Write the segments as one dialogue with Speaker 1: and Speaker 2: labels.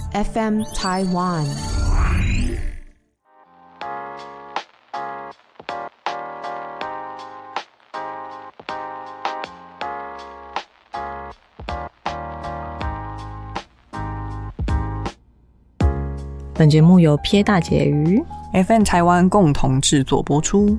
Speaker 1: FM Taiwan。
Speaker 2: 本节目由撇大姐与
Speaker 3: FM 台湾共同制作播出。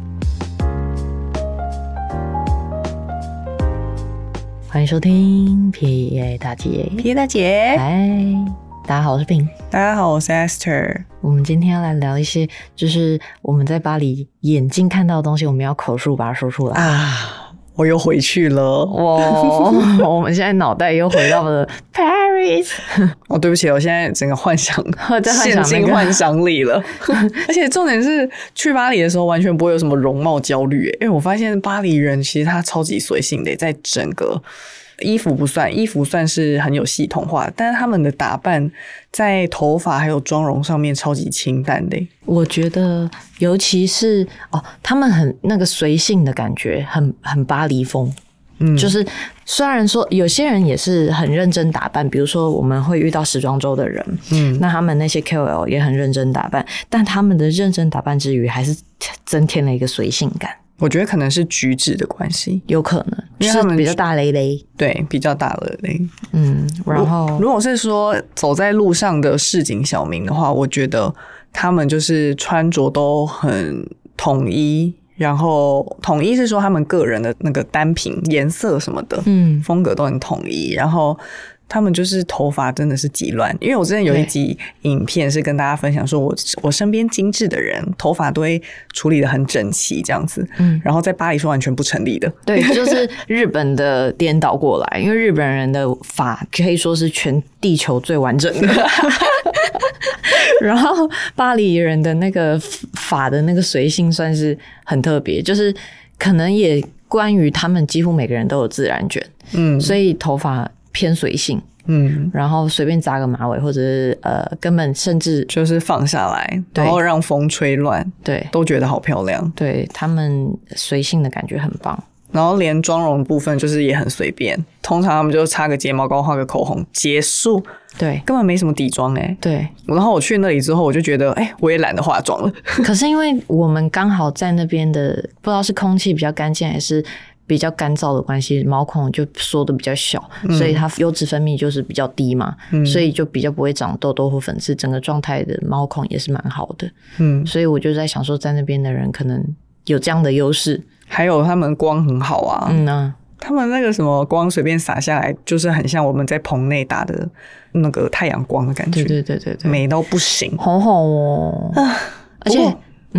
Speaker 2: 欢迎收听撇大姐。
Speaker 3: 撇大姐，
Speaker 2: 嗨，大家好，我是Ping。
Speaker 3: 大家好，我是 Esther。
Speaker 2: 我们今天要来聊一些，就是我们在巴黎眼睛看到的东西，我们要口述把它说出来
Speaker 3: 啊！我又回去了，
Speaker 2: 我们现在脑袋又回到了 Paris。
Speaker 3: 哦，对不起，我现在整个幻想
Speaker 2: 陷
Speaker 3: 进幻想里了。而且重点是去巴黎的时候完全不会有什么容貌焦虑，因为我发现巴黎人其实他超级随性的，在整个衣服不算，衣服算是很有系统化，但是他们的打扮在头发还有妆容上面超级清淡的。
Speaker 2: 我觉得尤其是他们很那个随性的感觉，很巴黎风。就是虽然说有些人也是很认真打扮，比如说我们会遇到时装周的人，那他们那些 KOL 也很认真打扮，但他们的认真打扮之余还是增添了一个随性感。
Speaker 3: 我觉得可能是举止的关系，
Speaker 2: 有可能，
Speaker 3: 因为他们
Speaker 2: 是比较大咧咧，
Speaker 3: 对，比较大咧咧。
Speaker 2: 然后
Speaker 3: 如果是说走在路上的市井小民的话，我觉得他们就是穿着都很统一，然后统一是说他们个人的那个单品颜色什么的，风格都很统一，然后他们就是头发真的是极乱，因为我之前有一集影片是跟大家分享说我身边精致的人头发都会处理得很整齐这样子，然后在巴黎是完全不成立的。
Speaker 2: 对，就是日本的颠倒过来，因为日本人的发可以说是全地球最完整的。然后巴黎人的那个发的那个随性算是很特别，就是可能也关于他们几乎每个人都有自然卷，所以头发偏随性，然后随便扎个马尾，或者是根本甚至
Speaker 3: 就是放下来，然后让风吹乱，
Speaker 2: 对，
Speaker 3: 都觉得好漂亮。
Speaker 2: 对，他们随性的感觉很棒。
Speaker 3: 然后连妆容的部分就是也很随便，通常他们就擦个睫毛膏、画个口红结束，
Speaker 2: 对，
Speaker 3: 根本没什么底妆
Speaker 2: 对。
Speaker 3: 然后我去那里之后，我就觉得我也懒得化妆了。
Speaker 2: 可是因为我们刚好在那边的，不知道是空气比较干净还是比较干燥的关系，毛孔就缩的比较小，所以它油脂分泌就是比较低嘛，所以就比较不会长痘痘或粉刺，整个状态的毛孔也是蛮好的。所以我就在想说，在那边的人可能有这样的优势。
Speaker 3: 还有他们光很好啊，他们那个什么光随便洒下来，就是很像我们在棚内打的那个太阳光的感觉，
Speaker 2: 对，
Speaker 3: 美到不行，
Speaker 2: 好好哦。而且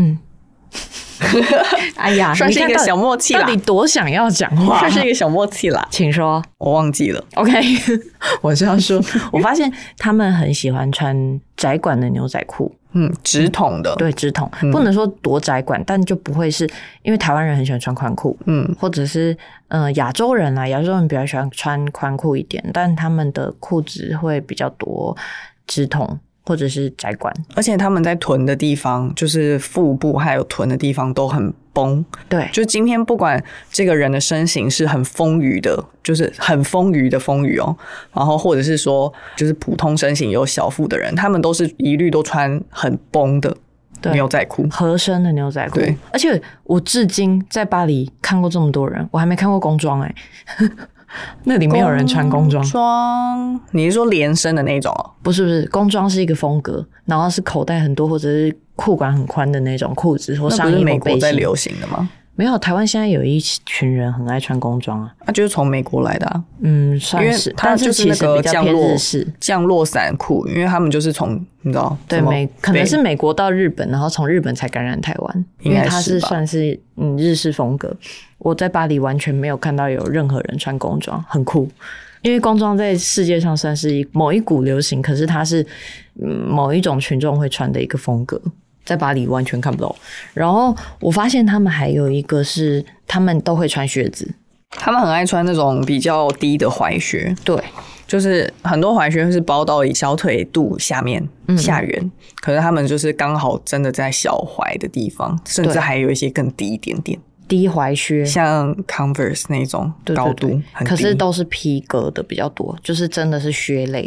Speaker 2: 哎呀，
Speaker 3: 算是一个小默契啦。
Speaker 2: 到底多想要讲话？
Speaker 3: 算是一个小默契啦。
Speaker 2: 请说。
Speaker 3: 我忘记了。
Speaker 2: OK， 我是要说，我发现他们很喜欢穿窄管的牛仔裤。
Speaker 3: 直筒的，
Speaker 2: 对，直筒，不能说多窄管，但就不会是因为台湾人很喜欢穿宽裤，或者是亚洲人比较喜欢穿宽裤一点，但他们的裤子会比较多直筒或者是窄管，而
Speaker 3: 且他们在臀的地方，就是腹部还有臀的地方都很绷。
Speaker 2: 对，
Speaker 3: 就今天不管这个人的身形是很丰腴的，就是很丰腴的丰腴然后或者是说就是普通身形有小腹的人，他们都是一律都穿很绷的牛仔裤，
Speaker 2: 合身的牛仔裤。
Speaker 3: 对，
Speaker 2: 而且我至今在巴黎看过这么多人，我还没看过工装那里没有人穿工装。
Speaker 3: 你是说连身的那种
Speaker 2: 不是，工装是一个风格，然后是口袋很多或者是裤管很宽的那种裤子或上衣或背心。
Speaker 3: 那不是美国在流行的吗？
Speaker 2: 没有，台湾现在有一群人很爱穿工装啊，
Speaker 3: 就是从美国来的啊。
Speaker 2: 算是，
Speaker 3: 但是就是那个降落伞裤，因为他们就是从你知道，
Speaker 2: 对，可能是美国到日本，然后从日本才感染台湾，因为它是算是日式风格。我在巴黎完全没有看到有任何人穿工装，很酷。因为工装在世界上算是某一股流行，可是它是某一种群众会穿的一个风格。在巴黎完全看不到。然后我发现他们还有一个是他们都会穿靴子，
Speaker 3: 他们很爱穿那种比较低的踝靴。
Speaker 2: 对，
Speaker 3: 就是很多踝靴是包到小腿肚下面下缘，可是他们就是刚好真的在小踝的地方，甚至还有一些更低一点点
Speaker 2: 低踝靴，
Speaker 3: 像 Converse 那种高度很低，
Speaker 2: 可是都是皮革的比较多，就是真的是靴类的。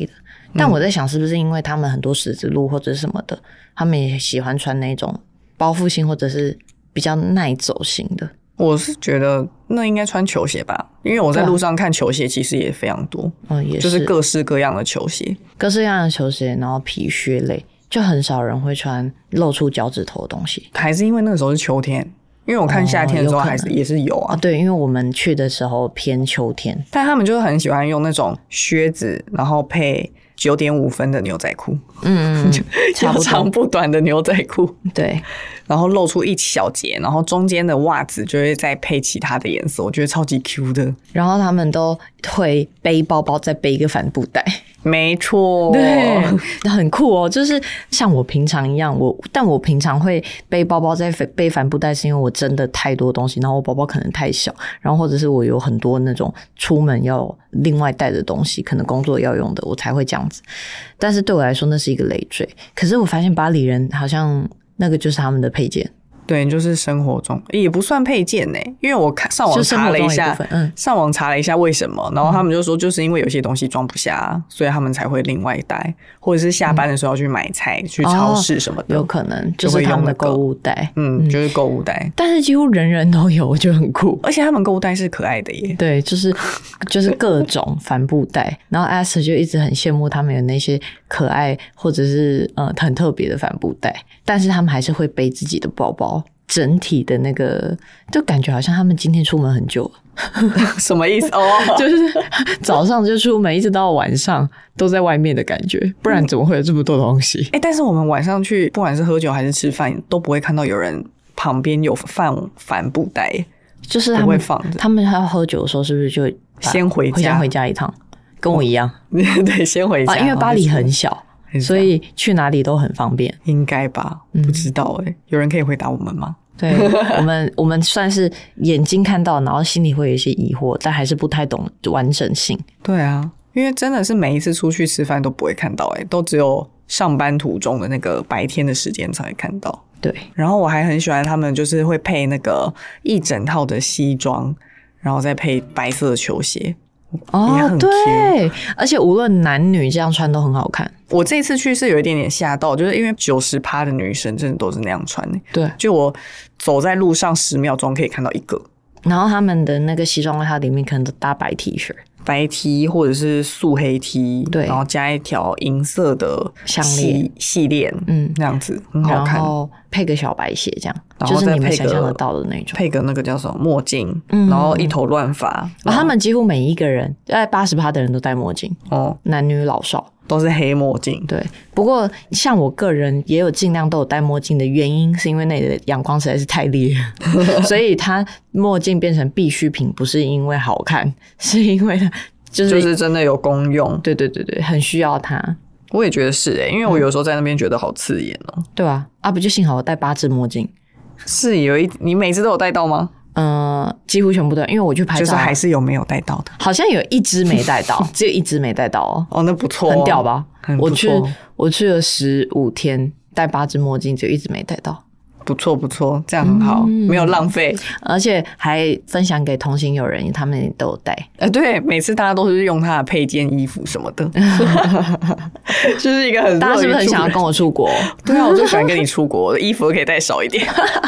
Speaker 2: 但我在想是不是因为他们很多十字路或者什么的，他们也喜欢穿那种包覆性或者是比较耐走型的。
Speaker 3: 我是觉得那应该穿球鞋吧，因为我在路上看球鞋其实也非常多，
Speaker 2: 也是，
Speaker 3: 就是各式各样的球鞋，
Speaker 2: 各式各样的球鞋，然后皮靴类，就很少人会穿露出脚趾头的东西。
Speaker 3: 还是因为那个时候是秋天，因为我看夏天的时候还是也是有啊。
Speaker 2: 对，因为我们去的时候偏秋天，
Speaker 3: 但他们就是很喜欢用那种靴子，然后配9.5分的牛仔裤，
Speaker 2: 差不多
Speaker 3: 长不短的牛仔裤，
Speaker 2: 对，
Speaker 3: 然后露出一小节，然后中间的袜子就会再配其他的颜色，我觉得超级 Q 的。
Speaker 2: 然后他们都会背包包，再背一个帆布袋。
Speaker 3: 没错，
Speaker 2: 对，很酷哦。就是像我平常一样，但我平常会背包包再背帆布袋，是因为我真的太多东西，然后我包包可能太小，然后或者是我有很多那种出门要另外带的东西，可能工作要用的，我才会这样子。但是对我来说，那是一个累赘。可是我发现巴黎人好像那个就是他们的配件。
Speaker 3: 对，就是生活中也不算配件呢，因为我上网查了一下，上网查了一下为什么，然后他们就说就是因为有些东西装不下，所以他们才会另外带，或者是下班的时候要去买菜、去超市什么的，
Speaker 2: 有可能就是他们的购物袋，
Speaker 3: 就是购物袋，
Speaker 2: 但是几乎人人都有，我觉得很酷，
Speaker 3: 而且他们购物袋是可爱的耶，
Speaker 2: 对，就是各种帆布袋，然后 Esther 就一直很羡慕他们有那些可爱或者是很特别的帆布袋，但是他们还是会背自己的包包。整体的那个就感觉好像他们今天出门很久了
Speaker 3: 什么意思？
Speaker 2: 就是早上就出门一直到晚上都在外面的感觉，不然怎么会有这么多东西？
Speaker 3: 但是我们晚上去不管是喝酒还是吃饭都不会看到有人旁边有放帆布袋，
Speaker 2: 就是
Speaker 3: 不会放着。
Speaker 2: 他们要喝酒的时候是不是就
Speaker 3: 先回
Speaker 2: 家一趟，跟我一样
Speaker 3: 对，先回家，
Speaker 2: 因为巴黎很小，所以去哪里都很方便，
Speaker 3: 应该吧？不知道有人可以回答我们吗？
Speaker 2: 对，我们算是眼睛看到，然后心里会有一些疑惑，但还是不太懂完整性。
Speaker 3: 对啊，因为真的是每一次出去吃饭都不会看到都只有上班途中的那个白天的时间才会看到。
Speaker 2: 对，
Speaker 3: 然后我还很喜欢他们就是会配那个一整套的西装，然后再配白色的球鞋。
Speaker 2: 对，而且无论男女这样穿都很好看。
Speaker 3: 我这次去是有一点点吓到，就是因为90%的女生真的都是那样穿
Speaker 2: 对，
Speaker 3: 就我走在路上10秒钟可以看到一个。
Speaker 2: 然后他们的那个西装外套里面可能都搭白 T 恤。
Speaker 3: 白 T 或者是素黑 T，
Speaker 2: 对，
Speaker 3: 然后加一条银色的
Speaker 2: 项链
Speaker 3: 细链，那样子很好看。
Speaker 2: 然后配个小白鞋，这样就是你们想象得到的那种。
Speaker 3: 配个那个叫什么墨镜，然后一头乱发。
Speaker 2: 他们几乎每一个人，80%的人都戴墨镜，男女老少
Speaker 3: 都是黑墨镜。
Speaker 2: 对，不过像我个人也有尽量都有戴墨镜的原因，是因为那里的阳光实在是太烈了，所以它墨镜变成必需品，不是因为好看，是因为
Speaker 3: 就是真的有功用。
Speaker 2: 对对对对，很需要它。
Speaker 3: 我也觉得是因为我有时候在那边觉得好刺眼
Speaker 2: 对啊，不就幸好我戴8只墨镜。
Speaker 3: 是你每次都有戴到吗？
Speaker 2: 几乎全部都有，因为我去拍照，
Speaker 3: 就是还是有没有戴到的，
Speaker 2: 好像有1只没戴到，只有1只没戴到
Speaker 3: 那不错
Speaker 2: 很屌吧？
Speaker 3: 很不错。
Speaker 2: 我去了15天，戴8只墨镜，只有1只没戴到。
Speaker 3: 不错不错，这样很好，没有浪费，
Speaker 2: 而且还分享给同行友人，他们都有带。
Speaker 3: 对，每次大家都是用他的配件、衣服什么的，就是一个很
Speaker 2: 大家是不是很想要跟我出国？
Speaker 3: 对啊，我就喜欢跟你出国，我的衣服可以带少一点。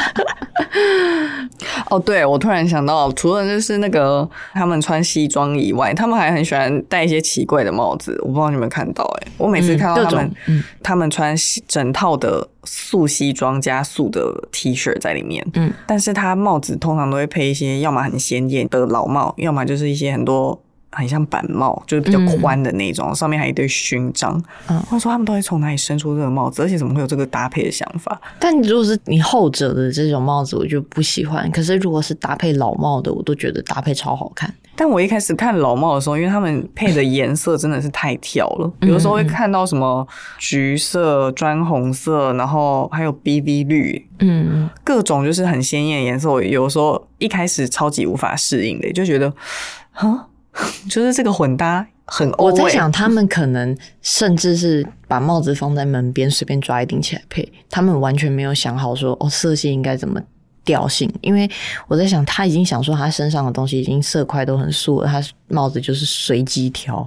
Speaker 3: 对，我突然想到，除了就是那个他们穿西装以外，他们还很喜欢戴一些奇怪的帽子。我不知道你们看到我每次看到他们穿整套的素西装加素的 T 恤在里面，但是他帽子通常都会配一些要么很鲜艳的老帽，要么就是一些很多很像板帽，就是比较宽的那种，上面还有一堆勋章。我说他们到底从哪里生出这个帽子，而且怎么会有这个搭配的想法？
Speaker 2: 但如果是你后者的这种帽子，我就不喜欢。可是如果是搭配老帽的，我都觉得搭配超好看。
Speaker 3: 但我一开始看老帽的时候，因为他们配的颜色真的是太跳了，有的时候会看到什么橘色、砖红色，然后还有 BV 绿，各种就是很鲜艳的颜色。我有的时候一开始超级无法适应的，就觉得就是这个混搭很欧。
Speaker 2: 我在想他们可能甚至是把帽子放在门边随便抓一顶起来配，他们完全没有想好说色系应该怎么调性。因为我在想他已经想说他身上的东西已经色块都很素了，他帽子就是随机挑，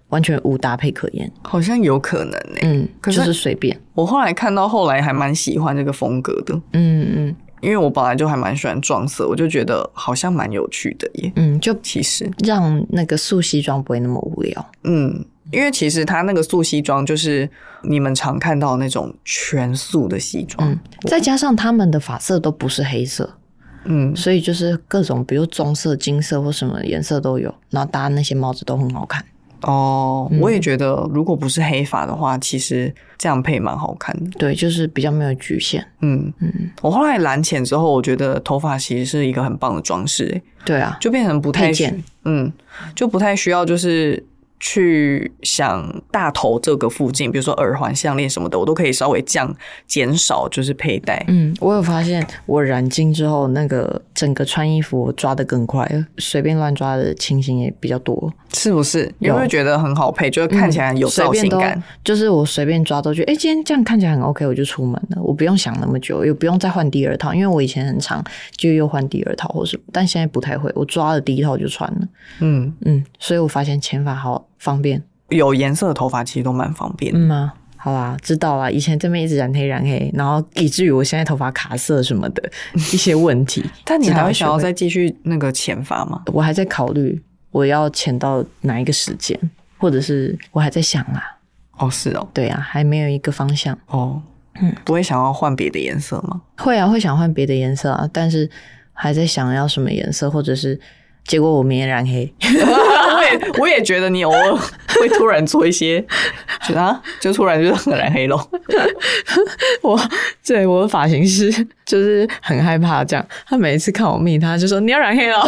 Speaker 2: 完全无搭配可言。
Speaker 3: 好像有可能可是
Speaker 2: 就是随便。
Speaker 3: 我后来看到后来还蛮喜欢这个风格的。因为我本来就还蛮喜欢撞色，我就觉得好像蛮有趣的耶。
Speaker 2: 就
Speaker 3: 其实
Speaker 2: 让那个素西装不会那么无聊。
Speaker 3: 因为其实他那个素西装就是你们常看到的那种全素的西装，
Speaker 2: 再加上他们的发色都不是黑色，所以就是各种比如棕色、金色或什么颜色都有，然后搭那些帽子都很好看。
Speaker 3: 我也觉得如果不是黑发的话，其实这样配蛮好看的。
Speaker 2: 对，就是比较没有局限。
Speaker 3: 我后来染浅之后，我觉得头发其实是一个很棒的装饰。
Speaker 2: 对啊，
Speaker 3: 就变成不太就不太需要就是去想大头这个附近，比如说耳环、项链什么的，我都可以稍微减少就是佩戴。
Speaker 2: 我有发现我染金之后，那个整个穿衣服我抓得更快了，随便乱抓的情形也比较多，
Speaker 3: 是不是？有没有觉得很好配？就是看起来有造型感。
Speaker 2: 就是我随便抓都觉得，今天这样看起来很 OK， 我就出门了，我不用想那么久，也不用再换第二套，因为我以前很常就又换第二套或什么，但现在不太会，我抓了第一套就穿了。所以我发现剪发好方便，
Speaker 3: 有颜色的头发其实都蛮方便
Speaker 2: 的。好啦，知道啦。以前这边一直染黑，然后以至于我现在头发卡色什么的一些问题。
Speaker 3: 但你还会想要再继续那个剪发吗？
Speaker 2: 我还在考虑我要剪到哪一个时间，或者是我还在想啦。
Speaker 3: 是哦。
Speaker 2: 对啊，还没有一个方向。
Speaker 3: 不会想要换别的颜色吗？
Speaker 2: 会啊，会想换别的颜色啊，但是还在想要什么颜色，或者是结果我没染黑。
Speaker 3: 我也觉得你偶尔会突然做一些，就突然就很染黑咯。
Speaker 2: 我的发型师就是很害怕这样，他每一次看我密他就说你要染黑了。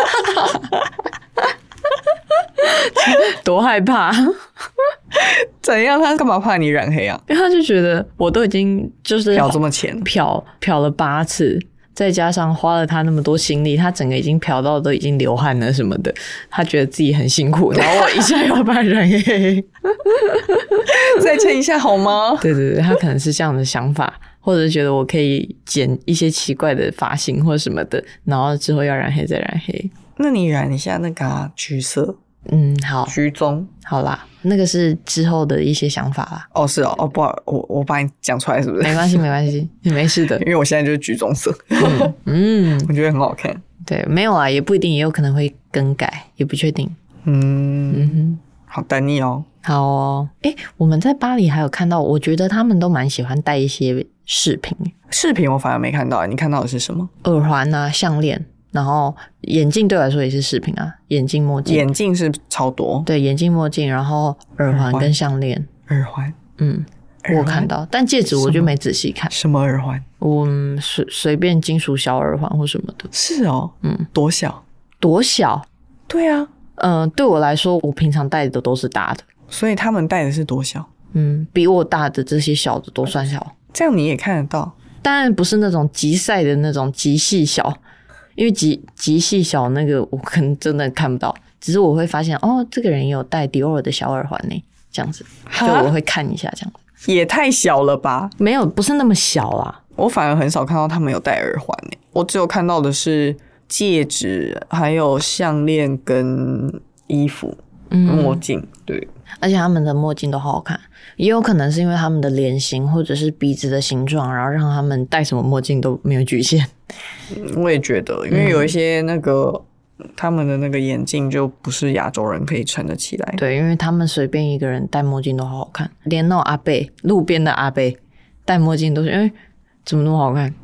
Speaker 2: 多害怕。
Speaker 3: 怎样？他干嘛怕你染黑啊？
Speaker 2: 因为他就觉得我都已经就是
Speaker 3: 漂这么浅，
Speaker 2: 漂了8次，再加上花了他那么多心力，他整个已经漂到都已经流汗了什么的，他觉得自己很辛苦，然后我一下要把他染黑。
Speaker 3: 再撑一下好吗？
Speaker 2: 对，他可能是这样的想法，或者觉得我可以剪一些奇怪的发型或什么的，然后之后要染黑再染黑。
Speaker 3: 那你染一下那个橘色。
Speaker 2: 好，
Speaker 3: 橘棕。
Speaker 2: 好啦，那个是之后的一些想法啦。
Speaker 3: 是哦，不好，我把你讲出来是不是？
Speaker 2: 没关系，你没事的。
Speaker 3: 因为我现在就是橘棕色。我觉得很好看。
Speaker 2: 对，没有啊，也不一定，也有可能会更改，也不确定。
Speaker 3: 好，等你哦。
Speaker 2: 好哦。我们在巴黎还有看到，我觉得他们都蛮喜欢戴一些饰品。
Speaker 3: 饰品我反而没看到，你看到的是什么？
Speaker 2: 耳环啊，项链。然后眼镜对我来说也是饰品啊，眼镜墨镜。
Speaker 3: 眼镜是超多。
Speaker 2: 对，眼镜墨镜，然后耳环跟项链。
Speaker 3: 耳环。
Speaker 2: 我有看到，但戒指我就没仔细看。
Speaker 3: 什么耳环？
Speaker 2: 我随便金属小耳环或什么的。
Speaker 3: 是哦。多小？
Speaker 2: 多小？
Speaker 3: 对啊。
Speaker 2: 对我来说，我平常戴的都是大的。
Speaker 3: 所以他们戴的是多小？
Speaker 2: 比我大的这些小的都算小。
Speaker 3: 这样你也看得到？
Speaker 2: 当然不是那种极晒的那种极细小。因为极细小那个我可能真的看不到，只是我会发现这个人有戴迪奥的小耳环呢，这样子，就我会看一下这样子。
Speaker 3: 也太小了吧？
Speaker 2: 没有，不是那么小啦。
Speaker 3: 我反而很少看到他们有戴耳环呢，我只有看到的是戒指，还有项链跟衣服、墨镜。对，
Speaker 2: 而且他们的墨镜都好好看，也有可能是因为他们的脸型或者是鼻子的形状，然后让他们戴什么墨镜都没有局限。
Speaker 3: 我也觉得，因为有一些那个他们的那个眼镜就不是亚洲人可以撑得起来。
Speaker 2: 对，因为他们随便一个人戴墨镜都好好看，连那种阿伯，路边的阿伯戴墨镜都是怎么那么好看？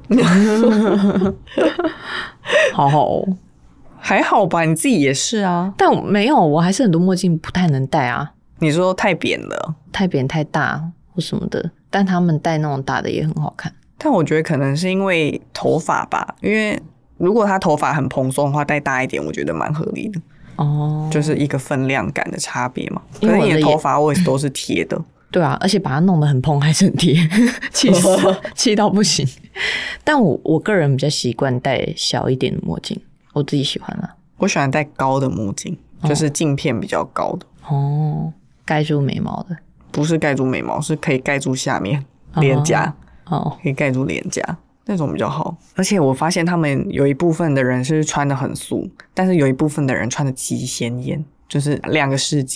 Speaker 2: 好好哦。还
Speaker 3: 好吧，你自己也是啊。
Speaker 2: 但没有，我还是很多墨镜不太能戴啊。
Speaker 3: 你说太扁了？
Speaker 2: 太扁太大或什么的，但他们戴那种大的也很好看。
Speaker 3: 但我觉得可能是因为头发吧，因为如果他头发很蓬松的话，戴大一点我觉得蛮合理的。就是一个分量感的差别嘛。可是你的头发我也都是贴的。
Speaker 2: 对啊，而且把它弄得很蓬还是很贴，气死，气到不行。但我个人比较习惯戴小一点的墨镜，我自己喜欢啦。
Speaker 3: 我喜欢戴高的墨镜，就是镜片比较高的。
Speaker 2: 盖住眉毛的？
Speaker 3: 不是盖住眉毛，是可以盖住下面脸颊。可以盖住脸颊那种比较好。而且我发现他们有一部分的人是穿得很素，但是有一部分的人穿得极鲜艳，就是两个世界。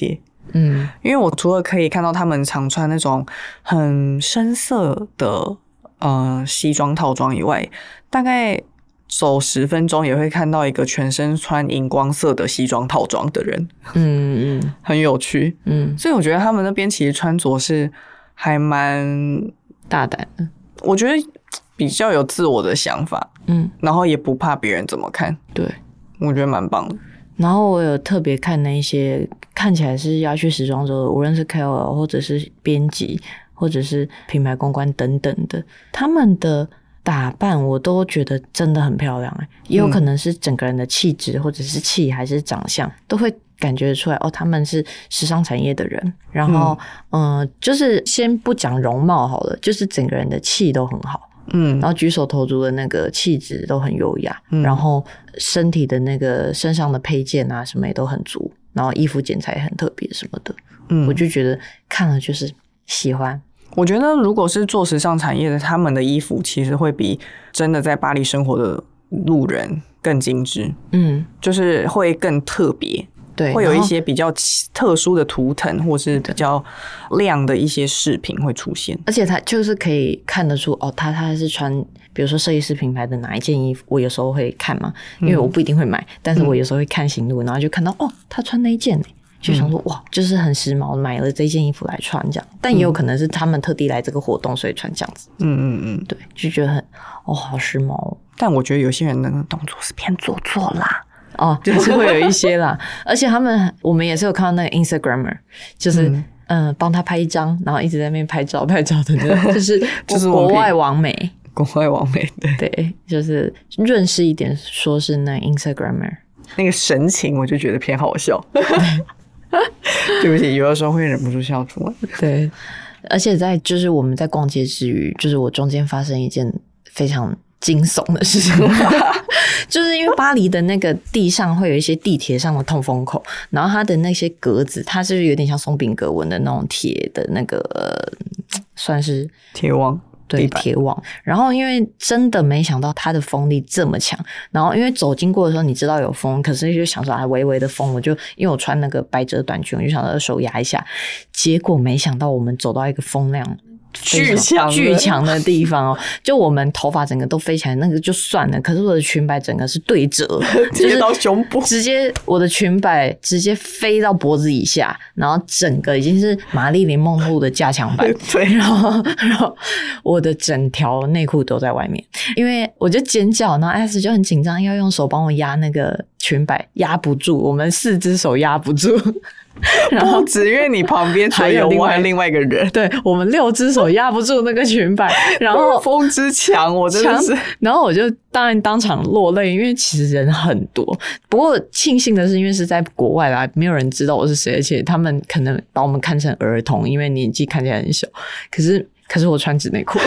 Speaker 3: 因为我除了可以看到他们常穿那种很深色的西装套装以外，大概走10分钟也会看到一个全身穿荧光色的西装套装的人，很有趣，所以我觉得他们那边其实穿着是还蛮
Speaker 2: 大胆的，
Speaker 3: 我觉得比较有自我的想法，然后也不怕别人怎么看，
Speaker 2: 对，
Speaker 3: 我觉得蛮棒的。
Speaker 2: 然后我有特别看那一些看起来是要去时装周，无论是 KOL 或者是编辑或者是品牌公关等等的，他们的打扮我都觉得真的很漂亮，也有可能是整个人的气质或者是气还是长相都会感觉出来哦，他们是时尚产业的人。然后就是先不讲容貌好了，就是整个人的气都很好，然后举手投足的那个气质都很优雅，然后身体的那个身上的配件啊什么也都很足，然后衣服剪裁也很特别什么的，我就觉得看了就是喜欢。
Speaker 3: 我觉得如果是做时尚产业的，他们的衣服其实会比真的在巴黎生活的路人更精致，就是会更特别，对，会有一些比较特殊的图腾或是比较亮的一些饰品会出现，
Speaker 2: 而且它就是可以看得出哦，他是穿比如说设计师品牌的哪一件衣服，我有时候会看嘛，因为我不一定会买，但是我有时候会看行路，然后就看到哦，他穿那一件就想说哇，就是很时髦，买了这件衣服来穿这样，但也有可能是他们特地来这个活动所以穿这样子，对，就觉得很好时髦哦。
Speaker 3: 但我觉得有些人那个动作是偏做作啦，
Speaker 2: 就是会有一些啦，而且我们也是有看到那个 Instagrammer， 就是帮他拍一张，然后一直在那边拍照的那个，就是国外网美，对，就是润饰一点，说是那 Instagrammer
Speaker 3: 那个神情，我就觉得偏好笑。对不起，有的时候会忍不住笑出来。
Speaker 2: 对，而且就是我们在逛街之余，就是我中间发生一件非常惊悚的事情，就是因为巴黎的那个地上会有一些地铁上的通风口，然后它的那些格子，它是有点像松饼格纹的那种铁的那个算是
Speaker 3: 铁网。
Speaker 2: 对，铁网。然后因为真的没想到它的风力这么强，然后因为走经过的时候你知道有风，可是就想说微微的风，我就因为我穿那个百褶短裙，我就想说手压一下，结果没想到我们走到一个风量巨强的地方哦，就我们头发整个都飞起来，那个就算了，可是我的裙摆整个是对折，
Speaker 3: 就是到胸部，
Speaker 2: 直接我的裙摆直接飞到脖子以下，然后整个已经是玛丽莲梦露的加强版，
Speaker 3: 对，
Speaker 2: 然后我的整条内裤都在外面，因为我就尖叫，然后 S 就很紧张，要用手帮我压那个裙摆，压不住，我们4只手压不住。
Speaker 3: 不止，因为你旁边还有另外一个人，
Speaker 2: 对，我们6只手压不住那个裙摆，然后
Speaker 3: 风之强，我真的是，
Speaker 2: 然后我就当场落泪，因为其实人很多。不过庆幸的是，因为是在国外啦，没有人知道我是谁，而且他们可能把我们看成儿童，因为年纪看起来很小。可是我穿纸内裤。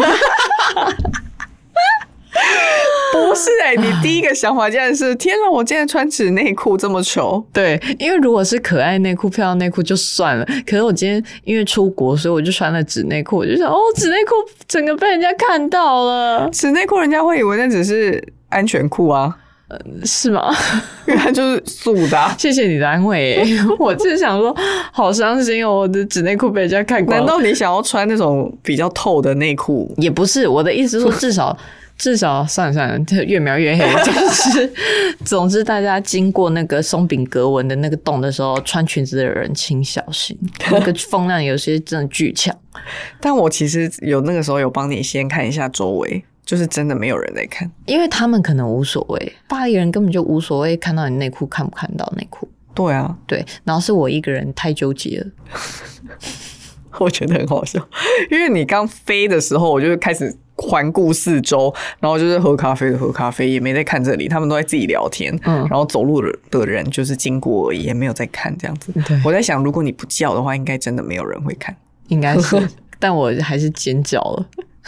Speaker 3: 不是你第一个想法竟然是天哪，我竟然穿纸内裤这么丑。
Speaker 2: 对，因为如果是可爱内裤漂亮内裤就算了，可是我今天因为出国，所以我就穿了纸内裤，我就想纸内裤整个被人家看到了。
Speaker 3: 纸内裤人家会以为那只是安全裤啊。
Speaker 2: 是吗？
Speaker 3: 因为它就是素的。
Speaker 2: 谢谢你的安慰我只是想说好伤心哦，我的纸内裤被人家看光了。
Speaker 3: 难道你想要穿那种比较透的内裤？
Speaker 2: 也不是，我的意思是说至少算了，越描越黑。总之，大家经过那个松饼格纹的那个洞的时候，穿裙子的人请小心，那个风量有些真的巨强。
Speaker 3: 但我其实那个时候有帮你先看一下周围，就是真的没有人在看，
Speaker 2: 因为他们可能无所谓，巴黎人根本就无所谓看到你内裤看不看到内裤。
Speaker 3: 对啊，
Speaker 2: 对，然后是我一个人太纠结了。
Speaker 3: 我觉得很好笑，因为你刚飞的时候，我就开始环顾四周，然后就是喝咖啡的喝咖啡，也没在看这里，他们都在自己聊天，然后走路的人就是经过而已，也没有在看这样子。我在想，如果你不叫的话，应该真的没有人会看，
Speaker 2: 应该是，但我还是尖叫了。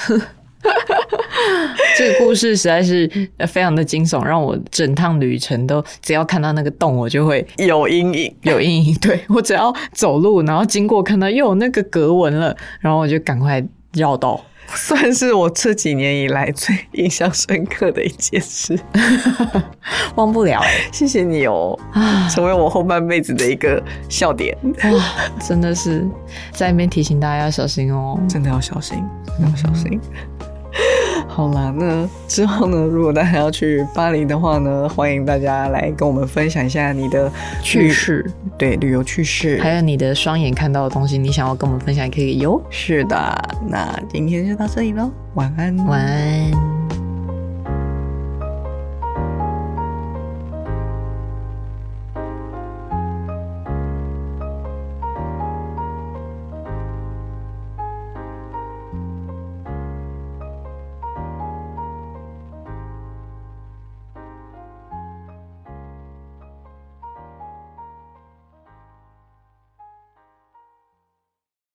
Speaker 2: 这个故事实在是非常的惊悚，让我整趟旅程都只要看到那个洞我就会
Speaker 3: 有阴影。
Speaker 2: 对，我只要走路然后经过看到又有那个格纹了，然后我就赶快绕道。
Speaker 3: 算是我这几年以来最印象深刻的一件事，
Speaker 2: 忘不了。
Speaker 3: 谢谢你哦，成为我后半辈子的一个笑点。
Speaker 2: 哇，真的是在那边提醒大家要小心哦，
Speaker 3: 真的要小心，真的要小心。好啦，那之后呢，如果大家要去巴黎的话呢，欢迎大家来跟我们分享一下你的
Speaker 2: 趣事，
Speaker 3: 对，旅游趣事，
Speaker 2: 还有你的双眼看到的东西，你想要跟我们分享也可以哟。
Speaker 3: 是的，那今天就到这里咯，晚安，
Speaker 2: 晚安。